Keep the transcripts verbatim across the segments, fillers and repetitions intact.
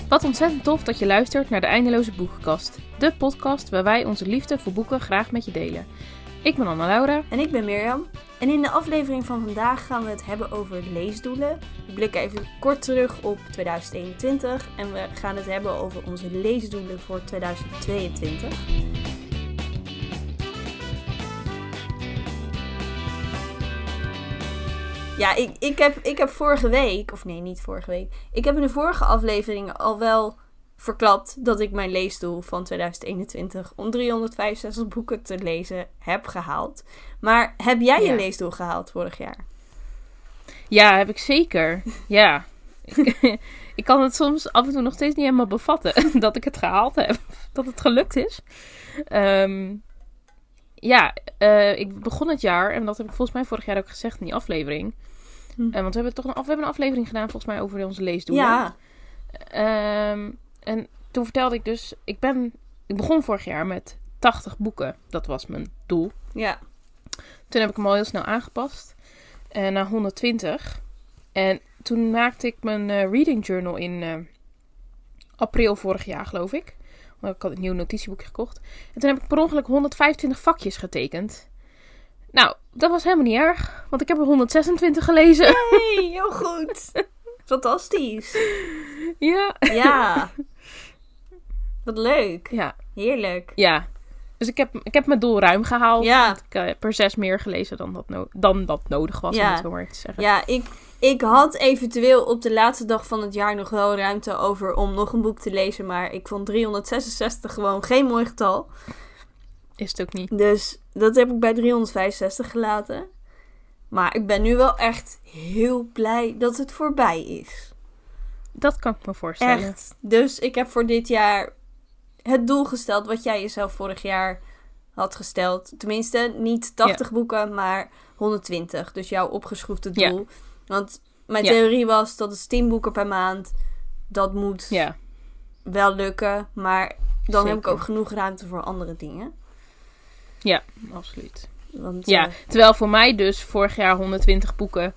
Wat ontzettend tof dat je luistert naar de Eindeloze Boekenkast. De podcast waar wij onze liefde voor boeken graag met je delen. Ik ben Anna-Laura. En ik ben Mirjam. En in de aflevering van vandaag gaan we het hebben over leesdoelen. We blikken even kort terug op tweeduizend eenentwintig. En we gaan het hebben over onze leesdoelen voor tweeduizend tweeëntwintig. Ja, ik, ik, heb, ik heb vorige week, of nee, niet vorige week. Ik heb in de vorige aflevering al wel verklapt dat ik mijn leesdoel van tweeduizend eenentwintig om driehonderdvijfenzestig boeken te lezen heb gehaald. Maar heb jij je Ja. leesdoel gehaald vorig jaar? Ja, heb ik zeker. Ja. ik, ik kan het soms af en toe nog steeds niet helemaal bevatten dat ik het gehaald heb. Dat het gelukt is. Um, ja, uh, ik begon het jaar, en dat heb ik volgens mij vorig jaar ook gezegd in die aflevering. Hm. Uh, want we hebben toch een, we hebben een aflevering gedaan volgens mij over onze leesdoelen. Ja. Um, en toen vertelde ik dus, ik ben, ik begon vorig jaar met tachtig boeken. Dat was mijn doel. Ja. Toen heb ik hem al heel snel aangepast. Uh, naar honderdtwintig. En toen maakte ik mijn uh, reading journal in uh, april vorig jaar, geloof ik. Want ik had een nieuw notitieboekje gekocht. En toen heb ik per ongeluk honderdvijfentwintig vakjes getekend. Nou, dat was helemaal niet erg. Want ik heb er honderdzesentwintig gelezen. Hey, heel goed. Fantastisch. Ja. Ja. Wat leuk. Ja. Heerlijk. Ja. Dus ik heb, ik heb mijn doel ruim gehaald. Ja. Want ik heb per zes meer gelezen dan dat, no- dan dat nodig was, Ja. om het zo maar te zeggen. Ja, ik, ik had eventueel op de laatste dag van het jaar nog wel ruimte over om nog een boek te lezen. Maar ik vond driehonderdzesenzestig gewoon geen mooi getal. Is het ook niet. Dus dat heb ik bij driehonderdvijfenzestig gelaten. Maar ik ben nu wel echt heel blij dat het voorbij is. Dat kan ik me voorstellen. Echt. Dus ik heb voor dit jaar het doel gesteld wat jij jezelf vorig jaar had gesteld. Tenminste, niet tachtig Ja. boeken, maar honderdtwintig. Dus jouw opgeschroefde doel. Ja. Want mijn Ja. theorie was dat het tien boeken per maand. Dat moet Ja. wel lukken. Maar dan heb ik Zeker. ook genoeg ruimte voor andere dingen. Ja, absoluut. Want, Ja, uh, terwijl voor mij dus vorig jaar honderdtwintig boeken...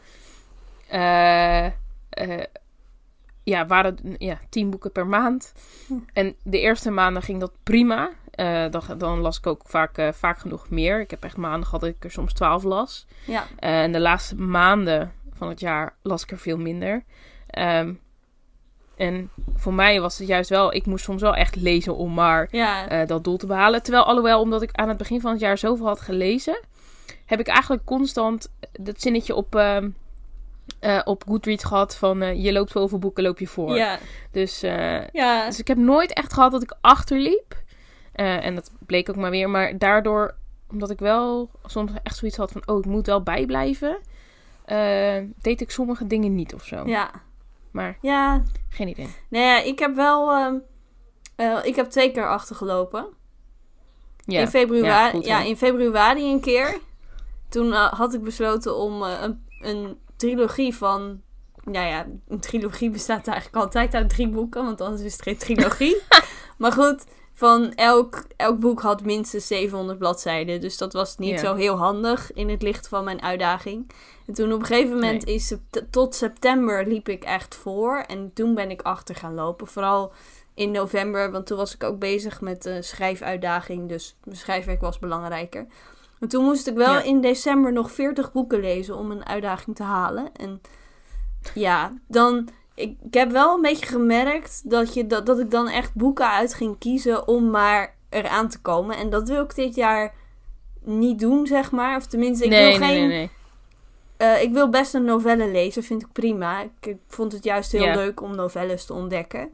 Uh, uh, ja, waren ja, tien boeken per maand. Hm. En de eerste maanden ging dat prima. Uh, dan, dan las ik ook vaak, uh, vaak genoeg meer. Ik heb echt maanden gehad dat ik er soms twaalf las. ja. Uh, en de laatste maanden van het jaar las ik er veel minder. Um, en voor mij was het juist wel... Ik moest soms wel echt lezen om maar Ja. uh, dat doel te behalen. Terwijl alhoewel, omdat ik aan het begin van het jaar zoveel had gelezen... heb ik eigenlijk constant dat zinnetje op, uh, uh, op Goodreads gehad van... Uh, je loopt zoveel boeken, loop je voor. Ja. Dus, uh, Ja. dus ik heb nooit echt gehad dat ik achterliep. Uh, en dat bleek ook maar weer. Maar daardoor, omdat ik wel soms echt zoiets had van... oh, ik moet wel bijblijven... Uh, deed ik sommige dingen niet of zo. Ja. Maar Ja. geen idee. Nou ja, ik heb wel... Um, uh, ik heb twee keer achtergelopen. Ja. In februari, ja, ja, goed, hè? in februari een keer. Toen uh, had ik besloten om uh, een, een trilogie van... Nou ja, een trilogie bestaat eigenlijk altijd uit drie boeken. Want anders is het geen trilogie. Maar goed, van elk, elk boek had minstens zevenhonderd bladzijden. Dus dat was niet Ja. zo heel handig in het licht van mijn uitdaging. En toen op een gegeven moment, Nee. is sept- tot september liep ik echt voor. En toen ben ik achter gaan lopen. Vooral in november, want toen was ik ook bezig met een schrijfuitdaging. Dus mijn schrijfwerk was belangrijker. En toen moest ik wel Ja. in december nog veertig boeken lezen om een uitdaging te halen. En ja, dan... Ik, ik heb wel een beetje gemerkt dat, je, dat, dat ik dan echt boeken uit ging kiezen om maar eraan te komen. En dat wil ik dit jaar niet doen, zeg maar. Of tenminste, ik nee, wil nee, geen... nee, nee. Uh, ik wil best een novelle lezen, vind ik prima. Ik, ik vond het juist heel Ja. leuk om novelles te ontdekken.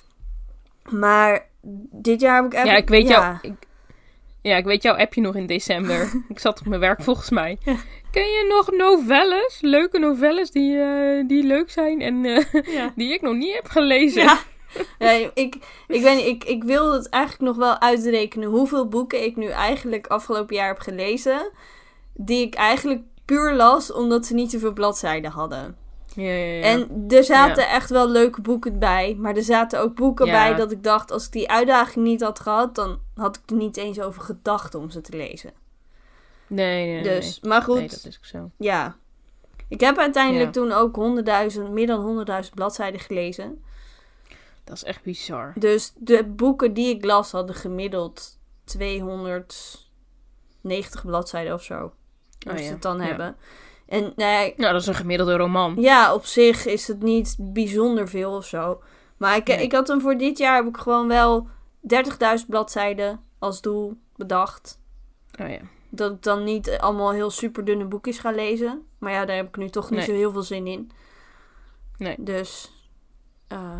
Maar dit jaar heb ik echt... Ja, ik weet ja. jou... Ik, ja, ik weet jouw appje nog in december. Ik zat op mijn werk volgens mij. Ja. Ken je nog novelles? Leuke novelles die, uh, die leuk zijn en uh, Ja. die ik nog niet heb gelezen. Ja. Nee, ik, ik, weet niet, ik, ik wil het eigenlijk nog wel uitrekenen hoeveel boeken ik nu eigenlijk afgelopen jaar heb gelezen. Die ik eigenlijk puur las omdat ze niet zoveel bladzijden hadden. Ja, ja, ja. En er zaten Ja. echt wel leuke boeken bij. Maar er zaten ook boeken Ja. bij dat ik dacht, als ik die uitdaging niet had gehad, dan had ik er niet eens over gedacht om ze te lezen. Nee, nee, nee. Dus, maar goed, Nee, dat is ook zo. ja. Ik heb uiteindelijk Ja. toen ook honderdduizend, meer dan honderdduizend bladzijden gelezen. Dat is echt bizar. Dus de boeken die ik las hadden gemiddeld tweehonderdnegentig bladzijden of zo. Als Oh, ze ja. het dan Ja. hebben. En nou ja, Nou, dat is een gemiddelde roman. ja, op zich is het niet bijzonder veel of zo. Maar ik, Nee. ik had hem voor dit jaar heb ik gewoon wel dertigduizend bladzijden als doel bedacht. Oh ja. Dat ik dan niet allemaal heel super dunne boekjes ga lezen. Maar ja, daar heb ik nu toch niet Nee. zo heel veel zin in. Nee. Dus, eh,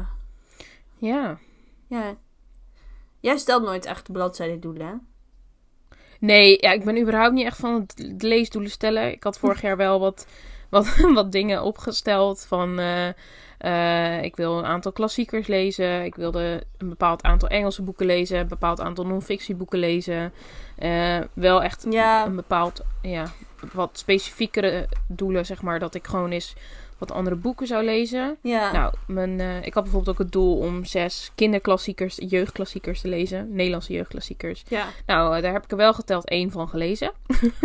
Ja. ja. Jij stelt nooit echt bladzijdendoelen, hè? Nee, ja, ik ben überhaupt niet echt van het leesdoelen stellen. Ik had vorig jaar wel wat, wat, wat dingen opgesteld. Van, eh, eh, ik wil een aantal klassiekers lezen. Ik wilde een bepaald aantal Engelse boeken lezen. Een bepaald aantal non-fictieboeken lezen. Eh, wel echt Ja. een bepaald, ja, wat specifiekere doelen, zeg maar. Dat ik gewoon eens wat andere boeken zou lezen. Ja. Nou, mijn, uh, ik had bijvoorbeeld ook het doel om zes kinderklassiekers, jeugdklassiekers te lezen. Nederlandse jeugdklassiekers. Ja. Nou, uh, daar heb ik er wel geteld één van gelezen.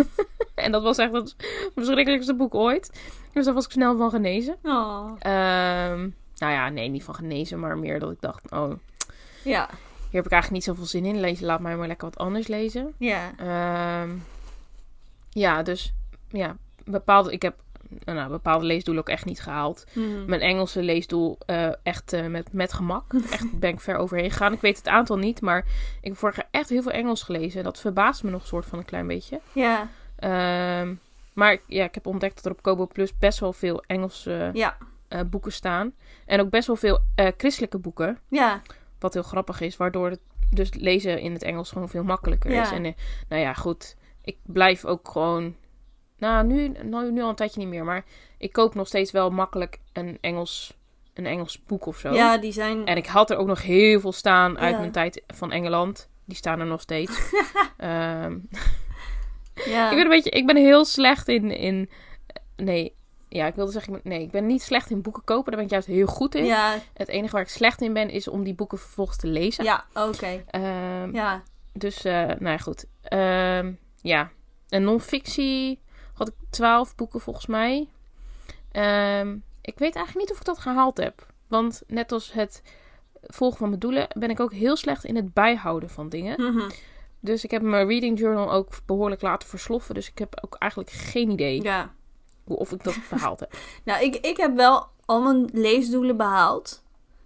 En dat was echt het verschrikkelijkste boek ooit. Dus daar was ik snel van genezen. Oh. Um, nou ja, nee, niet van genezen, maar meer dat ik dacht, oh, Ja. hier heb ik eigenlijk niet zoveel zin in. Lezen, laat mij maar lekker wat anders lezen. Ja. Um, ja, dus ja, bepaalde, ik heb nou, bepaalde leesdoelen ook echt niet gehaald. Mm. Mijn Engelse leesdoel uh, echt uh, met, met gemak. Echt ben ik ver overheen gegaan. Ik weet het aantal niet, maar ik heb vorig jaar echt heel veel Engels gelezen. Dat verbaast me nog een soort van een klein beetje. Ja. Um, maar ja, ik heb ontdekt dat er op Kobo Plus best wel veel Engelse Ja. uh, boeken staan. En ook best wel veel uh, christelijke boeken. Ja. Wat heel grappig is, waardoor het dus lezen in het Engels gewoon veel makkelijker Ja. is. En uh, nou ja, goed. Ik blijf ook gewoon... Nou, nu, nou, nu al een tijdje niet meer. Maar ik koop nog steeds wel makkelijk een Engels, een Engels boek of zo. Ja, die zijn... En ik had er ook nog heel veel staan uit Ja. mijn tijd van Engeland. Die staan er nog steeds. um, Ja. ik ben een beetje... Ik ben heel slecht in... in nee, ja, ik wilde zeggen... Nee, ik ben niet slecht in boeken kopen. Daar ben ik juist heel goed in. Ja. Het enige waar ik slecht in ben, is om die boeken vervolgens te lezen. Ja, oké. Okay. Um, Ja. Dus, uh, nou ja, goed. Um, ja. En non-fictie... had ik twaalf boeken volgens mij. Um, ik weet eigenlijk niet of ik dat gehaald heb. Want net als het volgen van mijn doelen... ben ik ook heel slecht in het bijhouden van dingen. Mm-hmm. Dus ik heb mijn reading journal ook behoorlijk laten versloffen. Dus ik heb ook eigenlijk geen idee Ja. hoe, of ik dat behaald heb. Nou, ik, ik heb wel al mijn leesdoelen behaald.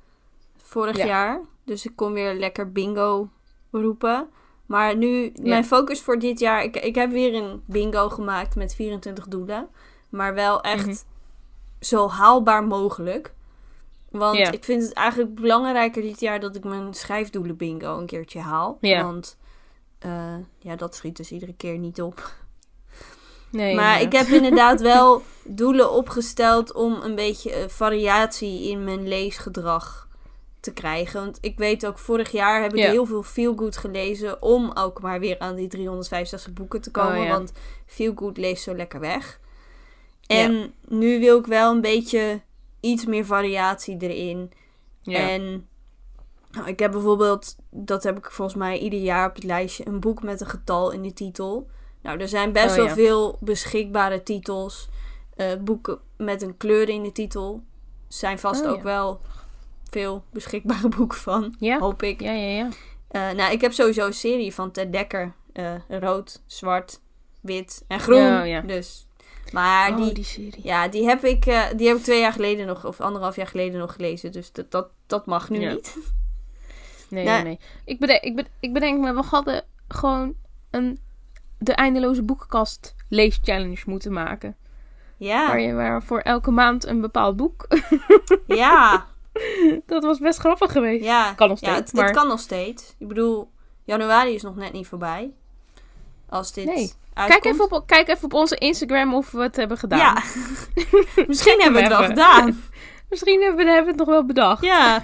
Vorig Ja. jaar. Dus ik kon weer lekker bingo roepen. Maar nu, Ja. mijn focus voor dit jaar... Ik, ik heb weer een bingo gemaakt met vierentwintig doelen. Maar wel echt Mhm. zo haalbaar mogelijk. Want Ja. ik vind het eigenlijk belangrijker dit jaar... dat ik mijn schrijfdoelen bingo een keertje haal. Ja. Want uh, ja, dat schiet dus iedere keer niet op. Nee, Maar ja. ik heb inderdaad wel doelen opgesteld om een beetje uh, variatie in mijn leesgedrag te krijgen. Want ik weet ook, vorig jaar heb ik Ja. heel veel feel-good gelezen om ook maar weer aan die driehonderdvijfenzestig boeken te komen. Oh, ja. Want feel-good leest zo lekker weg. En ja. nu wil ik wel een beetje iets meer variatie erin. Ja. En nou, ik heb bijvoorbeeld, dat heb ik volgens mij ieder jaar op het lijstje, een boek met een getal in de titel. Nou, er zijn best Oh, wel ja. veel beschikbare titels. Uh, boeken met een kleur in de titel. Zijn vast Oh, ook ja. wel veel beschikbare boeken van, Ja. hoop ik. Ja, ja, ja. Uh, nou, ik heb sowieso een serie van Ted Dekker. Uh, rood, zwart, wit en groen. Oh, ja. Dus, maar Oh, die, die serie. ja, die heb ik, uh, die heb ik twee jaar geleden nog, of anderhalf jaar geleden nog gelezen. Dus dat, dat, dat mag nu Ja. niet. Nee, Nou, nee, nee. Ik bedenk, ik, bedenk, ik bedenk me, we hadden gewoon een, de eindeloze boekenkast leeschallenge moeten maken. Ja, Waar je waar voor elke maand een bepaald boek. ja, Dat was best grappig geweest. ja. Kan nog steeds, Ja, het, maar... het kan nog steeds. Ik bedoel, januari is nog net niet voorbij. Als dit Nee. uitkomt. Kijk even, op, kijk even op onze Instagram of we het hebben gedaan. Ja, misschien hebben we het wel even. gedaan. Misschien hebben we, hebben we het nog wel bedacht. Ja.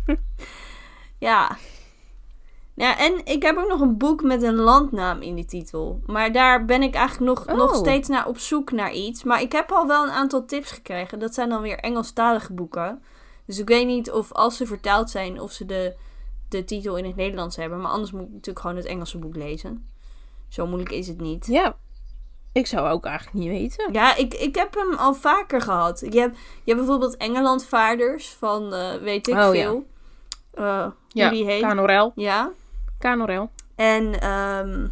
Ja. Ja, en ik heb ook nog een boek met een landnaam in de titel. Maar daar ben ik eigenlijk nog, Oh. nog steeds naar op zoek naar iets. Maar ik heb al wel een aantal tips gekregen. Dat zijn dan weer Engelstalige boeken. Dus ik weet niet of als ze vertaald zijn, of ze de, de titel in het Nederlands hebben. Maar anders moet ik natuurlijk gewoon het Engelse boek lezen. Zo moeilijk is het niet. Ja. Ik zou ook eigenlijk niet weten. Ja, ik, ik heb hem al vaker gehad. Je hebt, je hebt bijvoorbeeld Engelandvaarders van uh, weet ik Oh, veel. Uh, hoe Ja, die heet. Kanorel. Ja. Kanorel. En um,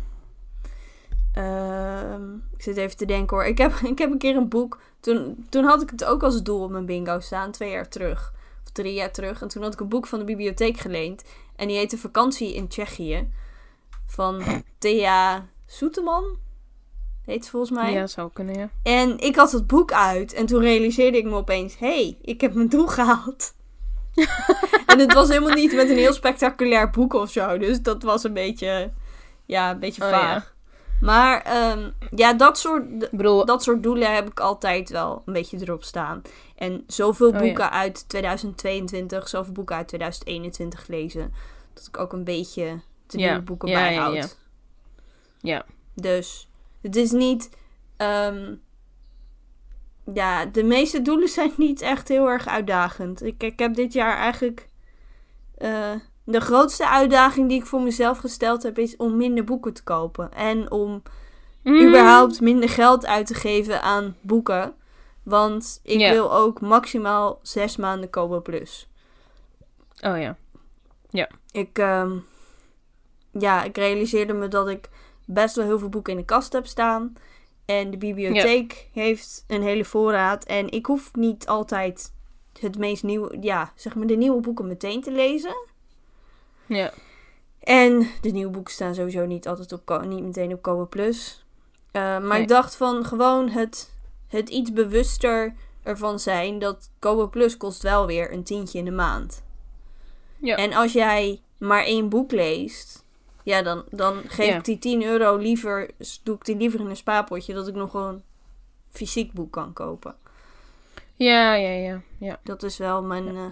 um, ik zit even te denken hoor. Ik heb, ik heb een keer een boek. Toen, toen had ik het ook als doel op mijn bingo staan. Twee jaar terug. Of drie jaar terug. En toen had ik een boek van de bibliotheek geleend. En die heette Vakantie in Tsjechië. Van Thea Soeteman. Heet ze volgens mij. Ja, zou kunnen, ja. En ik had het boek uit. En toen realiseerde ik me opeens. Hé, hey, ik heb mijn doel gehaald. En het was helemaal niet met een heel spectaculair boek of zo. Dus dat was een beetje... Ja, een beetje Oh, vaag. ja. Maar um, ja, dat soort, Ik bedoel... dat soort doelen heb ik altijd wel een beetje erop staan. En zoveel Oh, boeken ja. uit tweeduizend tweeëntwintig, zoveel boeken uit tweeduizend eenentwintig lezen. Dat ik ook een beetje te Ja. nieuwe boeken Ja, ja, bijhoud. ja. Ja. Dus het is niet... Um, ja, de meeste doelen zijn niet echt heel erg uitdagend. Ik, ik heb dit jaar eigenlijk... Uh, de grootste uitdaging die ik voor mezelf gesteld heb... is om minder boeken te kopen. En om Mm. überhaupt minder geld uit te geven aan boeken. Want ik Ja. wil ook maximaal zes maanden Kobo Plus. Oh ja. Ik, um, ja, ik realiseerde me dat ik best wel heel veel boeken in de kast heb staan. En de bibliotheek heeft een hele voorraad. En ik hoef niet altijd het meest nieuwe, ja, zeg maar de nieuwe boeken meteen te lezen. Ja. En de nieuwe boeken staan sowieso niet altijd op, niet meteen op Kobo Plus. Uh, maar Nee. ik dacht van gewoon het, het iets bewuster ervan zijn dat Kobo Plus kost wel weer een tientje in de maand. Ja. En als jij maar één boek leest, ja, dan, dan geef Ja. ik die tien euro liever, doe ik die liever in een spaarpotje, dat ik nog een fysiek boek kan kopen. Ja, ja, ja. Ja. Dat is wel mijn... Uh,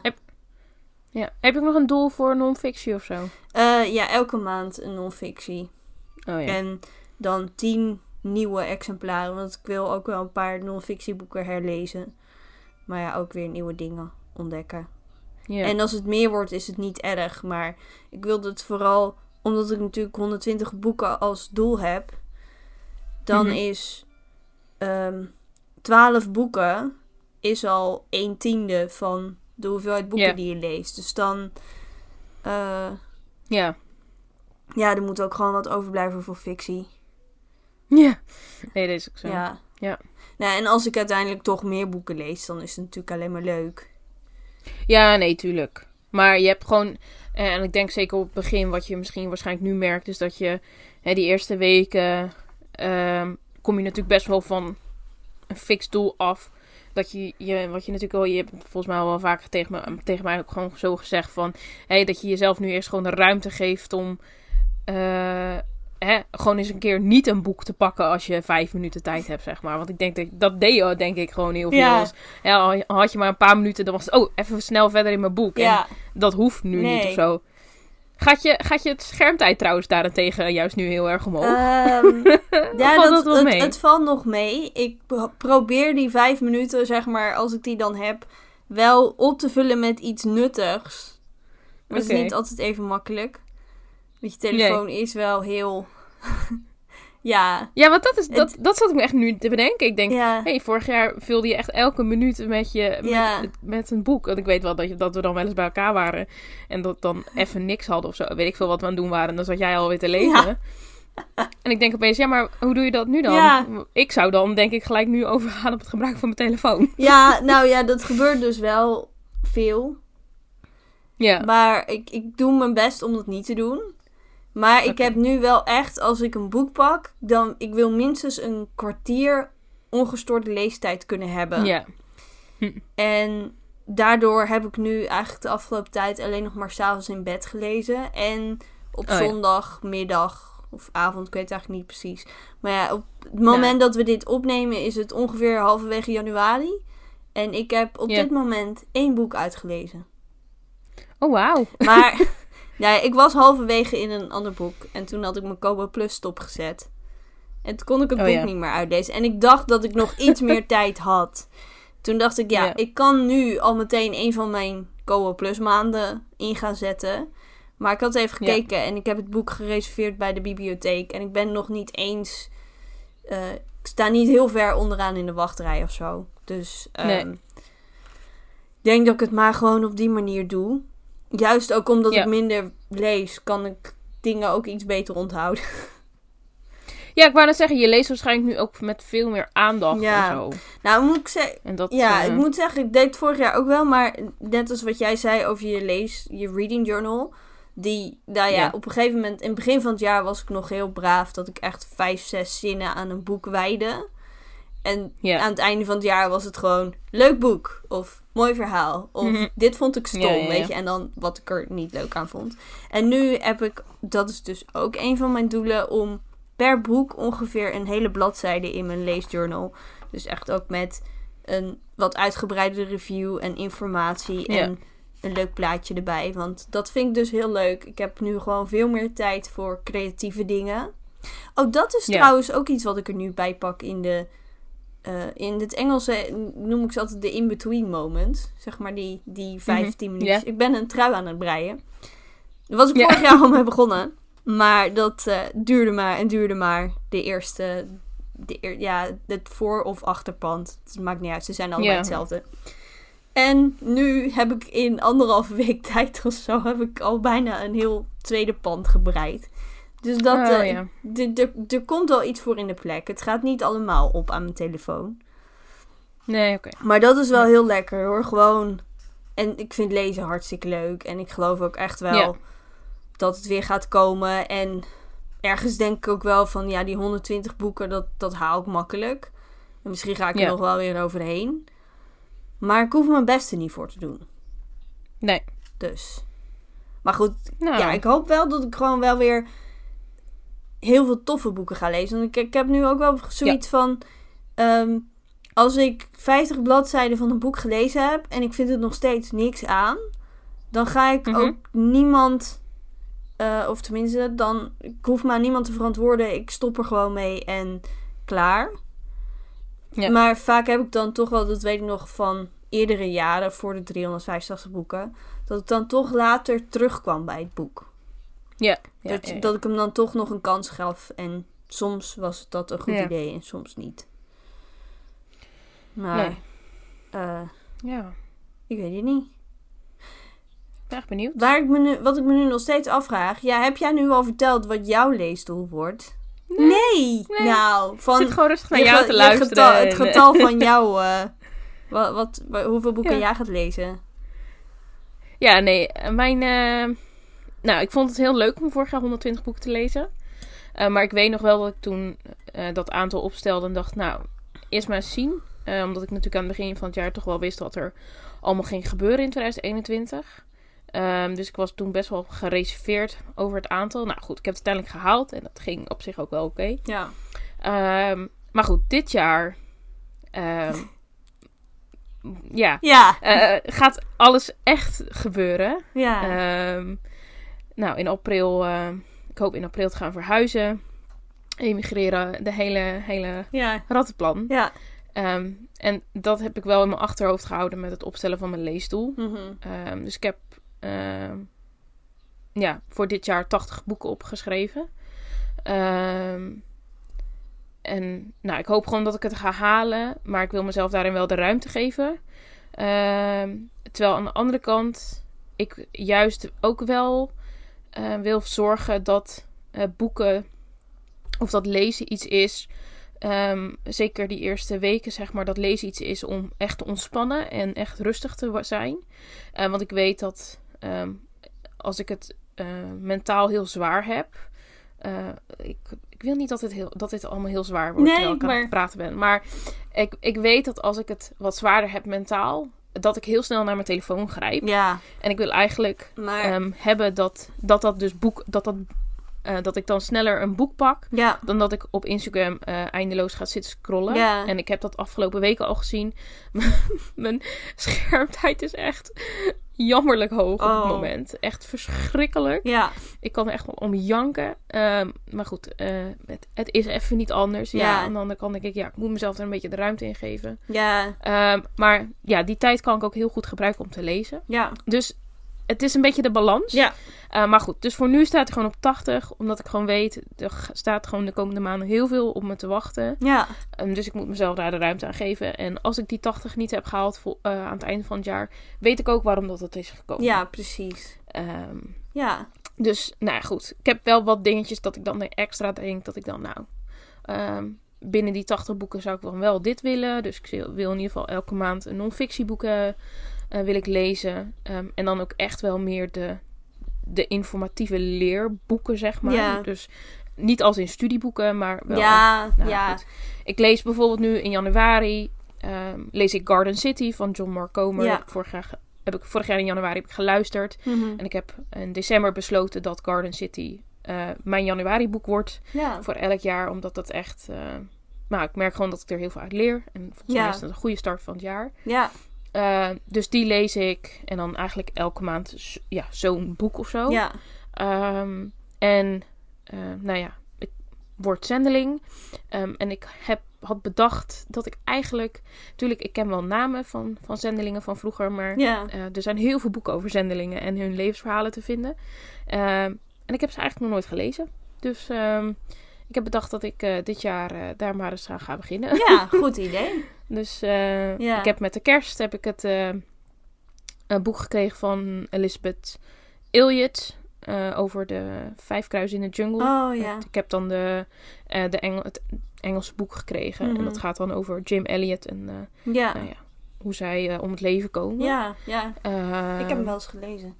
Ja. Heb je ook nog een doel voor non-fictie of zo? uh, ja, elke maand een non-fictie. Oh ja. En dan tien nieuwe exemplaren, want ik wil ook wel een paar non-fictieboeken herlezen. Maar ja, ook weer nieuwe dingen ontdekken. Ja. En als het meer wordt, is het niet erg. Maar ik wilde het vooral, omdat ik natuurlijk honderdtwintig boeken als doel heb. Dan Mhm. is um, twaalf boeken is al een tiende van de hoeveelheid boeken Ja. die je leest. Dus dan, uh, Ja. ja, er moet ook gewoon wat overblijven voor fictie. Ja. Nee, dat is ook zo. Ja. Ja. Nou, en als ik uiteindelijk toch meer boeken lees, dan is het natuurlijk alleen maar leuk. Ja, nee, tuurlijk. Maar je hebt gewoon... En ik denk zeker op het begin, wat je misschien waarschijnlijk nu merkt... is dat je hè, die eerste weken... ehm, kom je natuurlijk best wel van een fix doel af. Dat je, je wat je natuurlijk al... Je hebt volgens mij al wel vaker tegen, me, tegen mij ook gewoon zo gezegd van... Hey, dat je jezelf nu eerst gewoon de ruimte geeft om... Uh, hè, gewoon eens een keer niet een boek te pakken als je vijf minuten tijd hebt, zeg maar. Want ik denk dat... Dat deed je denk ik gewoon heel veel. Ja. Dus, ja, al had je maar een paar minuten, dan was het... Oh, even snel verder in mijn boek. Ja. En dat hoeft nu Nee. niet of zo. Gaat je, gaat je het schermtijd trouwens daarentegen juist nu heel erg omhoog? Um, ja, valt dat, dat wel het, mee? het valt nog mee. Ik pro- probeer die vijf minuten, zeg maar, als ik die dan heb, wel op te vullen met iets nuttigs. Maar het Oké. is niet altijd even makkelijk. Want je telefoon is wel heel... ja. Ja, want dat, is, dat, Het- dat zat ik me echt nu te bedenken. Ik denk, Ja. hey, vorig jaar vulde je echt elke minuut met, je, met, Ja. met een boek. Want ik weet wel dat, je, dat we dan wel eens bij elkaar waren. En dat dan even niks hadden of zo. Weet ik veel wat we aan het doen waren. En dan zat jij alweer te lezen. Ja. En ik denk opeens, ja, maar hoe doe je dat nu dan? Ja. Ik zou dan denk ik gelijk nu overgaan op het gebruik van mijn telefoon. Ja, nou ja, dat gebeurt dus wel veel. Ja. Maar ik, ik doe mijn best om dat niet te doen. Maar ik Oké. heb nu wel echt, als ik een boek pak, dan ik wil minstens een kwartier ongestoorde leestijd kunnen hebben. Ja. En daardoor heb ik nu eigenlijk de afgelopen tijd alleen nog maar 's avonds in bed gelezen. En op Oh ja. zondagmiddag of avond, ik weet het eigenlijk niet precies. Maar ja, op het moment Nee. dat we dit opnemen is het ongeveer halverwege januari. En ik heb op Ja. dit moment één boek uitgelezen. Oh, wauw. Maar ja, ik was halverwege in een ander boek. En toen had ik mijn Kobo Plus stopgezet. En toen kon ik het Oh, boek ja. niet meer uitlezen. En ik dacht dat ik nog iets meer tijd had. Toen dacht ik, ja, Ja. ik kan nu al meteen een van mijn Kobo Plus maanden in gaan zetten. Maar ik had even Ja. gekeken en ik heb het boek gereserveerd bij de bibliotheek. En ik ben nog niet eens... Uh, ik sta niet heel ver onderaan in de wachtrij of zo. Dus um, Nee. ik denk dat ik het maar gewoon op die manier doe. juist ook omdat Ja. ik minder lees, kan ik dingen ook iets beter onthouden. Ja, ik wou net zeggen, je leest waarschijnlijk nu ook met veel meer aandacht Ja. en zo. Nou, moet ik zeggen... En dat, Ja, eh, ik moet zeggen, ik deed het vorig jaar ook wel, maar net als wat jij zei over je lees, je reading journal, die, nou ja, Ja. op een gegeven moment, in het begin van het jaar was ik nog heel braaf, dat ik echt vijf, zes zinnen aan een boek wijde. En Ja. aan het einde van het jaar was het gewoon, leuk boek, of mooi verhaal, of Mhm. dit vond ik stom, Ja, ja, ja. weet je, en dan wat ik er niet leuk aan vond. En nu heb ik, dat is dus ook een van mijn doelen, om per boek ongeveer een hele bladzijde in mijn leesjournal. Dus echt ook met een wat uitgebreide review en informatie Ja. en een leuk plaatje erbij. Want dat vind ik dus heel leuk. Ik heb nu gewoon veel meer tijd voor creatieve dingen. Oh, dat is Ja. trouwens ook iets wat ik er nu bij pak in de... eh, in het Engels eh, noem ik ze altijd de in-between moments. Zeg maar die, die vijf, tien minuutjes. Ja. Ik ben een trui aan het breien. Daar was ik Ja. vorig jaar al mee begonnen. Maar dat eh, duurde maar en duurde maar. De eerste... De, eer- ja, het voor- of achterpand. Het maakt niet uit. Ze zijn allebei Ja. hetzelfde. En nu heb ik in anderhalve week tijd of zo... heb ik al bijna een heel tweede pand gebreid. Dus dat... Oh, eh, ja. d- d- er komt wel iets voor in de plek. Het gaat niet allemaal op aan mijn telefoon. Nee, oké. Maar dat is wel heel lekker hoor. Gewoon... En ik vind lezen hartstikke leuk. En ik geloof ook echt wel... Ja. dat het weer gaat komen. En ergens denk ik ook wel van... ja, die honderdtwintig boeken, dat, dat haal ik makkelijk. En misschien ga ik er Ja. nog wel weer overheen. Maar ik hoef mijn best er niet voor te doen. Nee. Dus. Maar goed, Nou, ja, ik hoop wel dat ik gewoon wel weer... heel veel toffe boeken ga lezen. Want ik, ik heb nu ook wel zoiets van... ehm, als ik vijftig bladzijden van een boek gelezen heb... en ik vind het nog steeds niks aan... dan ga ik Mhm. ook niemand... eh, of tenminste, dan... ik hoef me aan niemand te verantwoorden. Ik stop er gewoon mee en klaar. Ja. Maar vaak heb ik dan toch wel... dat weet ik nog van eerdere jaren... voor de driehonderdvijfentachtig boeken... dat ik dan toch later terugkwam bij het boek. ja. Ja, dat, ja, ja. dat ik hem dan toch nog een kans gaf. En soms was dat een goed Ja. idee en soms niet. Maar, Nee. eh, Ja. ik weet het niet. Ik ben echt benieuwd. Waar ik me nu, wat ik me nu nog steeds afvraag. Ja, heb jij nu al verteld wat jouw leesdoel wordt? Nee! Nee. Nou, Ik van zit gewoon rustig naar je jou ge- te je luisteren. getal, het en, getal van jou. eh, wat, wat, wa- hoeveel boeken Ja. jij gaat lezen. Ja, nee. Mijn... eh, Nou, ik vond het heel leuk om vorig jaar honderdtwintig boeken te lezen. Uh, maar ik weet nog wel dat ik toen uh, dat aantal opstelde en dacht, nou, eerst maar eens zien. Uh, omdat ik natuurlijk aan het begin van het jaar toch wel wist wat er allemaal ging gebeuren in twintig eenentwintig. Um, dus ik was toen best wel gereserveerd over het aantal. Nou goed, ik heb het uiteindelijk gehaald en dat ging op zich ook wel oké. Okay. Ja. Um, maar goed, dit jaar... Um, ja, Ja. uh, gaat alles echt gebeuren. Ja. Um, nou, in april... Uh, ik hoop in april te gaan verhuizen. Emigreren. De hele, hele Ja. rattenplan. Ja. Um, en dat heb ik wel in mijn achterhoofd gehouden met het opstellen van mijn leesdoel. Mm-hmm. Um, dus ik heb uh, ja, voor dit jaar tachtig boeken opgeschreven. Um, en nou, ik hoop gewoon dat ik het ga halen. Maar ik wil mezelf daarin wel de ruimte geven. Um, terwijl aan de andere kant ik juist ook wel uh, wil zorgen dat uh, boeken of dat lezen iets is. Um, zeker die eerste weken, zeg maar, dat lezen iets is om echt te ontspannen en echt rustig te zijn. Uh, want ik weet dat um, als ik het uh, mentaal heel zwaar heb. Uh, ik, ik wil niet dat dit, heel, dat dit allemaal heel zwaar wordt Nee, terwijl ik aan maar... het praten ben. Maar ik, ik weet dat als ik het wat zwaarder heb mentaal, dat ik heel snel naar mijn telefoon grijp. Ja. En ik wil eigenlijk Maar... um, hebben dat, dat dat dus boek, dat dat Uh, dat ik dan sneller een boek pak. Ja. Dan dat ik op Instagram uh, eindeloos ga zitten scrollen. Ja. En ik heb dat afgelopen weken al gezien. Mijn schermtijd is echt jammerlijk hoog oh. op het moment. Echt verschrikkelijk. Ja. Ik kan er echt wel om janken. Uh, maar goed, uh, het, het is even niet anders. Ja. Ja, aan de andere kant denk ik, ja, ik moet mezelf er een beetje de ruimte in geven. Ja. Uh, maar ja, die tijd kan ik ook heel goed gebruiken om te lezen. Ja. Dus het is een beetje de balans. Ja. Uh, maar goed, dus voor nu staat hij gewoon op tachtig. Omdat ik gewoon weet, er staat gewoon de komende maanden heel veel op me te wachten. Ja. Um, dus ik moet mezelf daar de ruimte aan geven. En als ik die tachtig niet heb gehaald voor, uh, aan het einde van het jaar, weet ik ook waarom dat, dat is gekomen. Ja, precies. Um, ja. Dus, nou ja, goed. Ik heb wel wat dingetjes dat ik dan extra denk. Dat ik dan, nou... Um, binnen die tachtig boeken zou ik dan wel dit willen. Dus ik wil in ieder geval elke maand een non-fictieboeken uh, wil ik lezen. Um, en dan ook echt wel meer de, de informatieve leerboeken, zeg maar. Ja. Dus niet als in studieboeken, maar wel... Ja, nou, ja. Goed. Ik lees bijvoorbeeld nu in januari... Um, lees ik Garden City van John Mark Comer. Ja. Vorig jaar, heb ik, vorig jaar in januari heb ik geluisterd. Mm-hmm. En ik heb in december besloten dat Garden City... Uh, mijn januari boek wordt ja. voor elk jaar, omdat dat echt... Uh, nou, ik merk gewoon dat ik er heel veel uit leer. En volgens ja. mij is dat een goede start van het jaar. Ja. Uh, dus die lees ik. En dan eigenlijk elke maand z- ja, zo'n boek of zo. Ja. Um, en, uh, nou ja, ik word zendeling. Um, en ik heb, had bedacht dat ik eigenlijk... Natuurlijk, ik ken wel namen van, van zendelingen van vroeger. Maar ja. uh, er zijn heel veel boeken over zendelingen en hun levensverhalen te vinden. Uh, En ik heb ze eigenlijk nog nooit gelezen. Dus um, ik heb bedacht dat ik uh, dit jaar uh, daar maar eens aan ga beginnen. Ja, goed idee. Dus uh, ja. ik heb met de kerst heb ik het uh, een boek gekregen van Elizabeth Elliot. Uh, over de vijf kruisen in de jungle. Oh ja. Ik heb dan de, uh, de Engel, het Engelse boek gekregen. Mm-hmm. En dat gaat dan over Jim Elliot. En uh, ja. Nou ja, hoe zij uh, om het leven komen. Ja, ja. Uh, ik heb hem wel eens gelezen.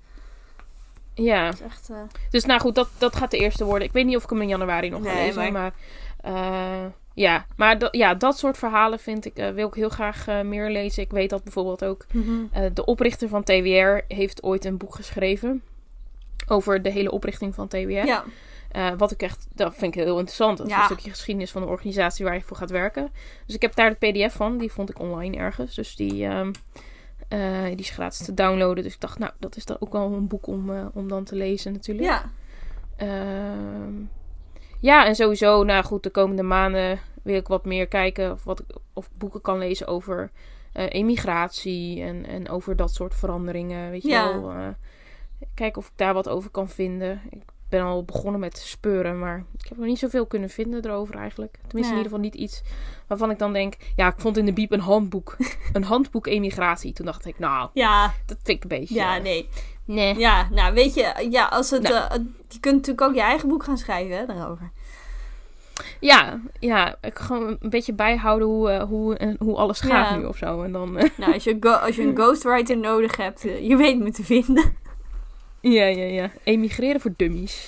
Ja. Dat is echt, uh... Dus nou goed, dat, dat gaat de eerste worden. Ik weet niet of ik hem in januari nog ga nee, lezen. Maar, maar uh, ja, maar dat, ja, dat soort verhalen vind ik, uh, wil ik heel graag uh, meer lezen. Ik weet dat bijvoorbeeld ook mm-hmm. uh, de oprichter van T W R heeft ooit een boek geschreven. Over de hele oprichting van T W R. Ja. Uh, wat ik echt, dat vind ik heel interessant. Dat is ja. een stukje geschiedenis van de organisatie waar je voor gaat werken. Dus ik heb daar de P D F van. Die vond ik online ergens. Dus die... Um, Uh, die is gratis te downloaden. Dus ik dacht, nou, dat is dan ook wel een boek om, uh, om dan te lezen natuurlijk. Ja. Uh, ja, en sowieso, nou goed, de komende maanden wil ik wat meer kijken of, wat ik, of ik boeken kan lezen over uh, emigratie en, en over dat soort veranderingen. Weet je ja. wel. Uh, kijken of ik daar wat over kan vinden. Ik ben al begonnen met speuren, maar ik heb nog niet zoveel kunnen vinden erover eigenlijk. Tenminste, ja. in ieder geval niet iets waarvan ik dan denk... Ja, ik vond in de bieb een handboek. Een handboek emigratie. Toen dacht ik, nou, ja. dat vind ik een beetje... Ja, nee. Nee. Ja, nou, weet je, ja, als het... Nou. Uh, je kunt natuurlijk ook je eigen boek gaan schrijven, hè, daarover. Ja, ja. Ik gewoon een beetje bijhouden hoe, uh, hoe, uh, hoe alles gaat ja. nu of zo. En dan, uh... Nou, als je, go- als je een ghostwriter nodig hebt, uh, je weet me te vinden. Ja, ja, ja. Emigreren voor dummies.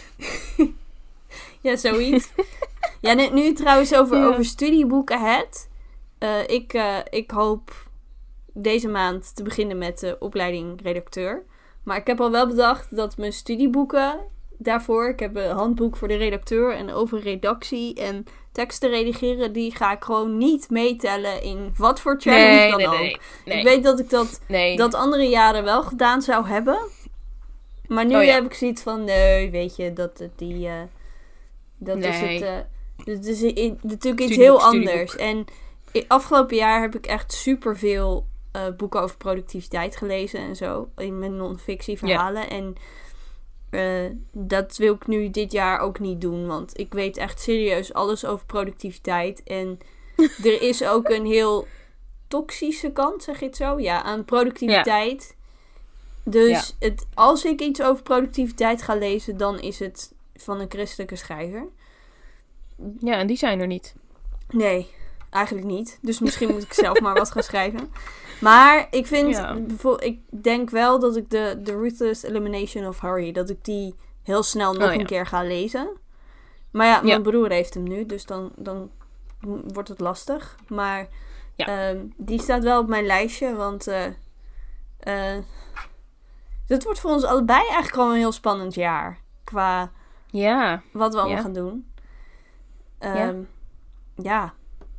Ja, zoiets. Ja, nu, nu trouwens over, ja. over studieboeken het. Uh, ik, uh, ik hoop deze maand te beginnen met de opleiding redacteur. Maar ik heb al wel bedacht dat mijn studieboeken daarvoor... Ik heb een handboek voor de redacteur en over redactie en teksten redigeren. Die ga ik gewoon niet meetellen in wat voor challenge nee, dan nee, ook. Nee, nee. Ik weet dat ik dat, nee. dat andere jaren wel gedaan zou hebben. Maar nu oh, ja. heb ik zoiets van, nee, weet je, dat die... Uh, dat nee. is het... Uh, dat is in, natuurlijk iets heel anders. En in, afgelopen jaar heb ik echt superveel uh, boeken over productiviteit gelezen en zo. In mijn non-fictie verhalen. Ja. En uh, dat wil ik nu dit jaar ook niet doen. Want ik weet echt serieus alles over productiviteit. En er is ook een heel toxische kant, zeg je het zo? Ja, aan productiviteit. Ja. Dus ja. Het, als ik iets over productiviteit ga lezen, dan is het van een christelijke schrijver. Ja, en die zijn er niet. Nee, eigenlijk niet. Dus misschien moet ik zelf maar wat gaan schrijven. Maar ik vind, ja. ik denk wel dat ik de, de Ruthless Elimination of Hurry, dat ik die heel snel nog oh, ja. een keer ga lezen. Maar ja, mijn ja. broer heeft hem nu, dus dan, dan wordt het lastig. Maar ja. um, die staat wel op mijn lijstje, want uh, uh, dat wordt voor ons allebei eigenlijk gewoon een heel spannend jaar. Qua ja. wat we allemaal ja. gaan doen. Um, ja. ja.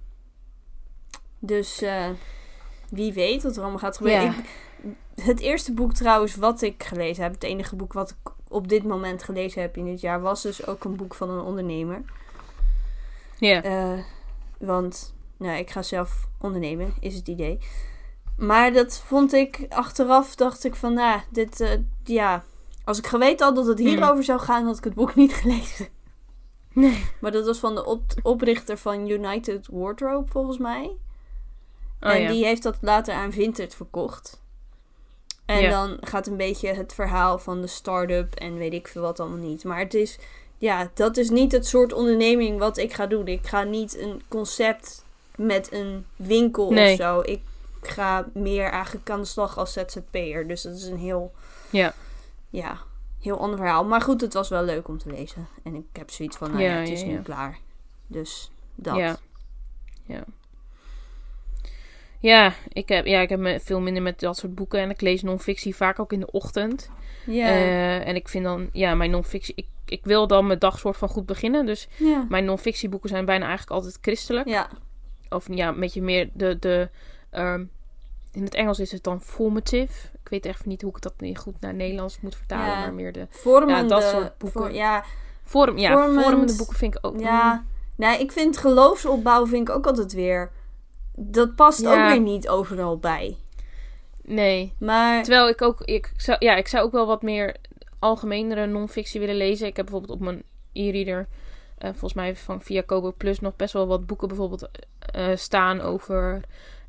Dus uh, wie weet wat er allemaal gaat gebeuren. Ja. Ik, het eerste boek trouwens wat ik gelezen heb, het enige boek wat ik op dit moment gelezen heb in dit jaar, was dus ook een boek van een ondernemer. Ja. Uh, want, nou, ik ga zelf ondernemen, is het idee. Maar dat vond ik achteraf, dacht ik van, nou, dit, uh, ja... Als ik geweten had dat het hierover mm. zou gaan, had ik het boek niet gelezen. Nee. Maar dat was van de op- oprichter van United Wardrobe, volgens mij. Oh, en ja. die heeft dat later aan Vinted verkocht. En ja. dan gaat een beetje het verhaal van de start-up en weet ik veel wat allemaal niet. Maar het is, ja, dat is niet het soort onderneming wat ik ga doen. Ik ga niet een concept met een winkel nee. of zo. Ik ga meer eigenlijk aan de slag als Z Z P'er. Dus dat is een heel... Ja. Ja, heel ander verhaal. Maar goed, het was wel leuk om te lezen. En ik heb zoiets van, nou ja, ja het is ja, nu ja. klaar. Dus dat. Ja. Ja. Ja, ik heb, ja, ik heb me veel minder met dat soort boeken. En ik lees non-fictie vaak ook in de ochtend. Ja. Uh, en ik vind dan, ja, mijn non-fictie... Ik, ik wil dan mijn dag soort van goed beginnen. Dus ja. mijn non-fictieboeken zijn bijna eigenlijk altijd christelijk. Ja. Of ja, een beetje meer de... de um, in het Engels is het dan formative. Ik weet echt niet hoe ik dat goed naar Nederlands moet vertalen. Ja. Maar meer de... Vormende, ja, dat soort boeken. Voor, ja, Vorm, ja, vormend, vormende boeken vind ik ook... Ja, nee, ik vind geloofsopbouw vind ik ook altijd weer... Dat past ja. ook weer niet overal bij. Nee. Maar... Terwijl ik ook... Ik zou, ja, ik zou ook wel wat meer algemenere non-fictie willen lezen. Ik heb bijvoorbeeld op mijn e-reader... Uh, volgens mij van via Kobo Plus nog best wel wat boeken bijvoorbeeld uh, staan over...